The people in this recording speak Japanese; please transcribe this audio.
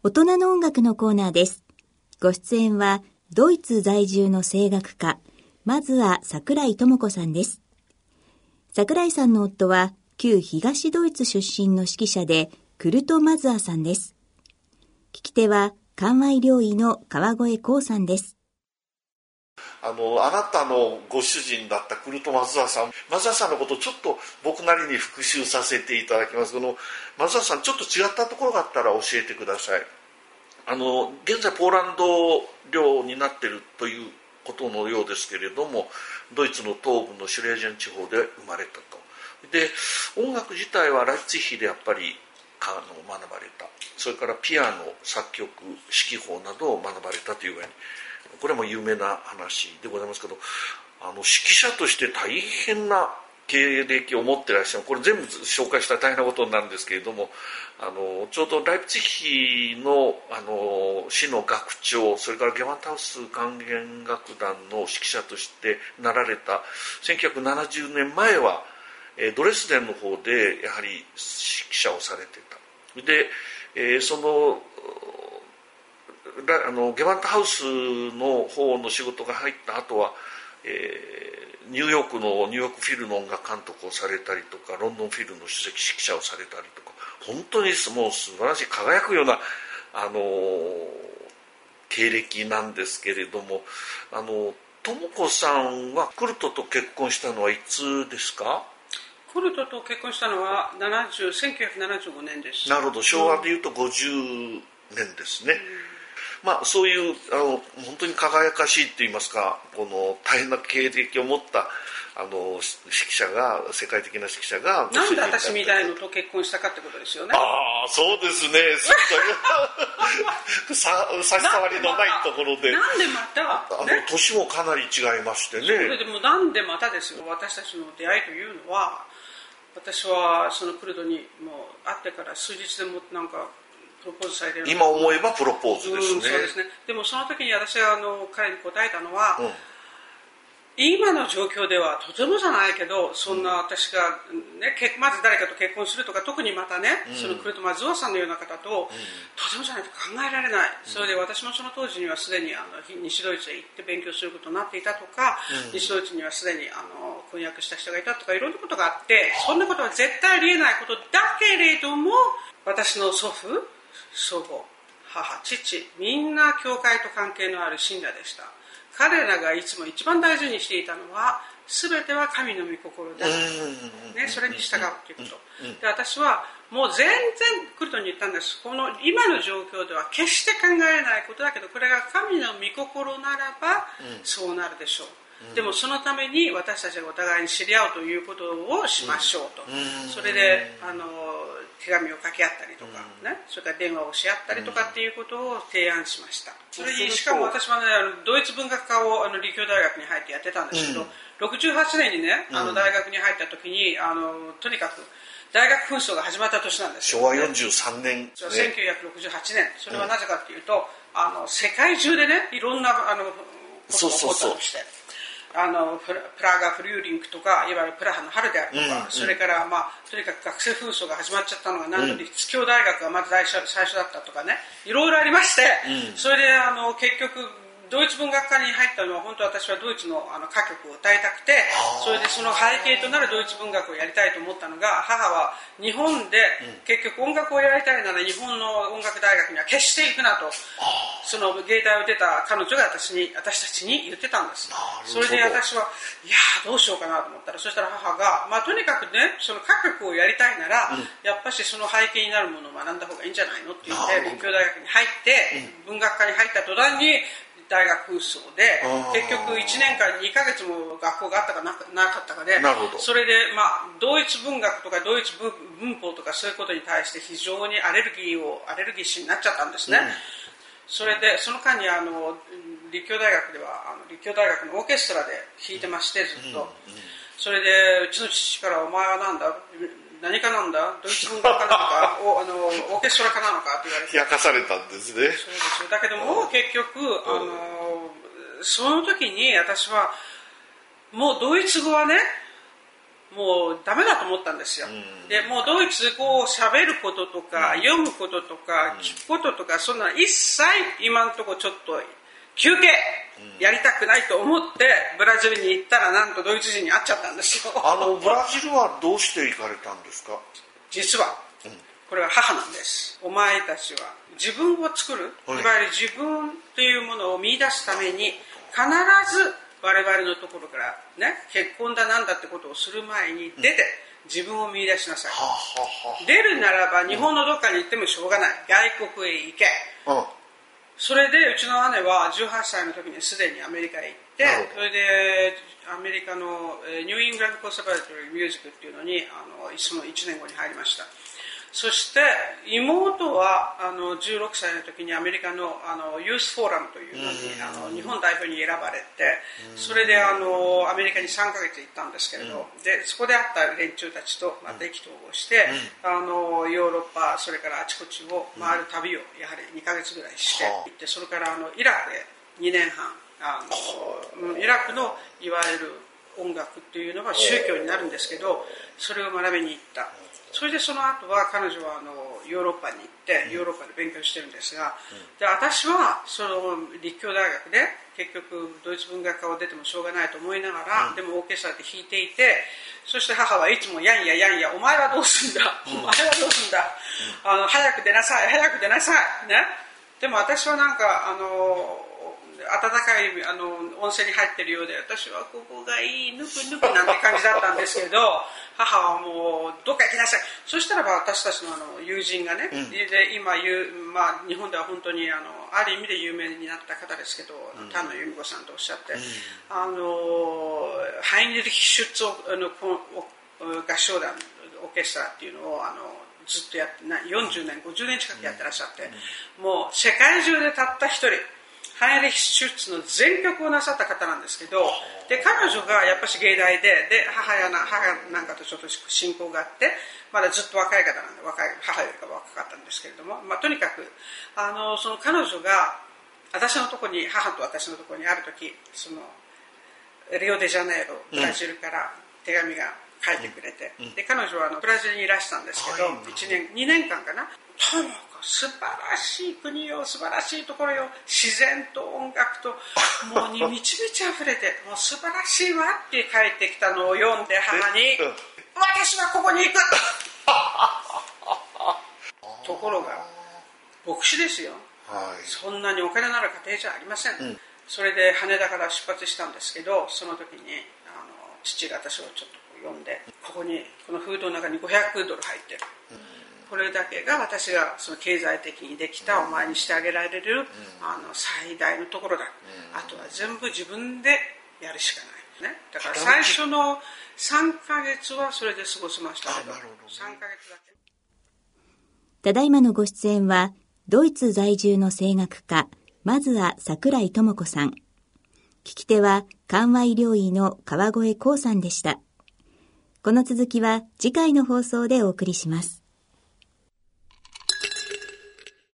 大人の音楽のコーナーです。ご出演はドイツ在住の声楽家、まずは桜井智子さんです。桜井さんの夫は旧東ドイツ出身の指揮者でクルト・マズアさんです。聞き手は関外料医の川越光さんです。 あなたのご主人だったクルト・マズアさんのことをちょっと僕なりに復習させていただきます。このマズアさん、ちょっと違ったところがあったら教えてください。現在ポーランド領になっているということのようですけれども、ドイツの東部のシュレージェン地方で生まれたと。で、音楽自体はライプツィヒでやっぱり学ばれた。それからピアノ、作曲、指揮法などを学ばれたという具合に、これも有名な話でございますけど、指揮者として大変な経歴を持っていらっしゃる。これ全部紹介したら大変なことになるんですけれども、ちょうどライプツィヒの市の学長、それからゲバントハウス管弦楽団の指揮者としてなられた1970年前はドレスデンの方でやはり指揮者をされていた。で、そのゲバントハウスの方の仕事が入った後は、ニューヨークフィルの音楽監督をされたりとか、ロンドンフィルの首席指揮者をされたりとか、本当にもう素晴らしい輝くような経歴なんですけれども、智子さんはクルトと結婚したのはいつですか？ クルトと結婚したのは1975年です。 なるほど、昭和でいうと50年ですね。そういう本当に輝かしいといいますか、この大変な経歴を持った指揮者が、世界的な指揮者がなんで私みたいのと結婚したかってことですよね。 そうですね。差し障りのないところで、 なんでまた、 年もかなり違いましてね。 それでもなんでまたですよ。私たちの出会いというのは、私はそのクルトにもう会ってから数日でもなんかプロポーズされてる。 今思えばプロポーズですね。 そうですね。でもその時に私が彼に答えたのは、今の状況ではとてもじゃないけど、そんな私が、まず誰かと結婚するとか、特にまたね、そのクルト・マズアさんのような方と、とてもじゃないと考えられない。それで私もその当時にはすでに西ドイツへ行って勉強することになっていたとか、西ドイツにはすでに婚約した人がいたとか、いろんなことがあって、そんなことは絶対ありえないことだけれども、私の祖父、祖母、母、父、みんな教会と関係のある信者でした。彼らがいつも一番大事にしていたのは、全ては神の御心だ、それに従うということ。で、私はもう全然クルトに言ったんです。この今の状況では決して考えないことだけど、これが神の御心ならばそうなるでしょう。でもそのために私たちがお互いに知り合うということをしましょうと。それで手紙を書き合ったりとか、それから電話をし合ったりとかっていうことを提案しました。それにしかも私はね、ドイツ文学科を立教大学に入ってやってたんですけど、68年にね、大学に入った時にとにかく大学紛争が始まった年なんですよ、 ね、昭和43年、 1968年。それはなぜかというと、世界中でね、いろんなことが起こったとして、プラガフリューリングとか、いわゆるプラハの春であるとか、それからとにかく学生紛争が始まっちゃったのが、なんと立教大学がまず最初だったとかね、いろいろありまして、それで結局ドイツ文学科に入ったのは、本当私はドイツの歌曲を歌いたくて、それでその背景となるドイツ文学をやりたいと思ったのが、母は日本で結局音楽をやりたいなら日本の音楽大学には決して行くなと、その芸大を出た彼女が私たちに言ってたんです。それで私は、どうしようかなと思ったら、そしたら母が、とにかくね、その歌曲をやりたいなら、やっぱしその背景になるものを学んだ方がいいんじゃないのって言って、立教大学に入って、文学科に入った途端に、大学紛争で結局1年間2ヶ月も学校があったかなかったかで、それでドイツ文学とかドイツ文法とかそういうことに対して非常にアレルギー視になっちゃったんですね。それでその間に立教大学では立教大学のオーケストラで弾いてまして、ずっと。それでうちの父から「お前はなんだ何かなんだドイツ文学科なのかオーケストラ科なのか」って言われて、 冷やかされたんですね。 そうですよ。だけども結局その時に私はもうドイツ語はねもうダメだと思ったんですよ。でもうドイツ語を喋ることとか、読むこととか、聞くこととか、そんな一切今のところちょっと休憩やりたくないと思ってブラジルに行ったら、なんとドイツ人に会っちゃったんですよ。 ブラジルはどうして行かれたんですか？ 実はこれは母なんです。お前たちは自分を作る、いわゆる自分というものを見出すために、必ず我々のところからね、結婚だなんだってことをする前に出て、自分を見出しなさい。出るならば日本のどっかに行ってもしょうがない。外国へ行け。それでうちの姉は18歳の時にすでにアメリカへ行って、それでアメリカのニューイングランドコンサバトリーミュージックっていうのにその1年後に入りました。そして妹は16歳の時にアメリカのユースフォーラムというのに日本代表に選ばれて、それでアメリカに3ヶ月行ったんですけれど、でそこで会った連中たちとまた意気投合して、ヨーロッパ、それからあちこちを回る旅をやはり2ヶ月ぐらいして行って、それからイラクで2年半イラクのいわゆる音楽っていうのが宗教になるんですけど、それを学びに行った。それでその後は彼女はヨーロッパに行ってヨーロッパで勉強してるんですが、で私はその立教大学で結局ドイツ文学科を出てもしょうがないと思いながら、でもオーケストラで弾いていて、そして母はいつもやんややんや、お前はどうすんだ、お前はどうすんだ、早く出なさい早く出なさいね。でも私はなんか温かい温泉に入ってるようで、私はここがいい、ぬくぬくなんて感じだったんですけど、母はもうどっか行きなさい。そしたらば私たちの友人がね、で今日本では本当にある意味で有名になった方ですけど、丹野由美子さんとおっしゃって、ハインリヒ・シュッツ合唱団オーケストラっていうのをずっとやって40年50年近くやってらっしゃって、もう世界中でたった一人ハインリヒ・シュッツの全曲をなさった方なんですけど、で彼女がやっぱし芸大で母なんかとちょっと親交があって、まだずっと若い方なんで、母よりか若かったんですけれども、とにかくその彼女が母と私のところにある時、そのリオデジャネイロブラジルから手紙が書いてくれて、で彼女はブラジルにいらしたんですけど、2年間かな、ともかく素晴らしい国よ、素晴らしいところよ、自然と音楽ともうに満ち満ち溢れて、もう素晴らしいわって書いてきたのを読んで、母に私はここに行くところが牧師ですよ、そんなにお金のある家庭じゃありません、それで羽田から出発したんですけど、その時に父が私をちょっと呼んで、このフードの中に500ドル入ってる、これだけが私がその経済的にできたお前にしてあげられる、最大のところだ、あとは全部自分でやるしかない、ね、だから最初の3ヶ月はそれで過ごしましたけど、3ヶ月だけ。 ただいまのご出演はドイツ在住の声楽家、まずは桜井智子さん、聞き手は緩和医療医の川越光さんでした。この続きは次回の放送でお送りします。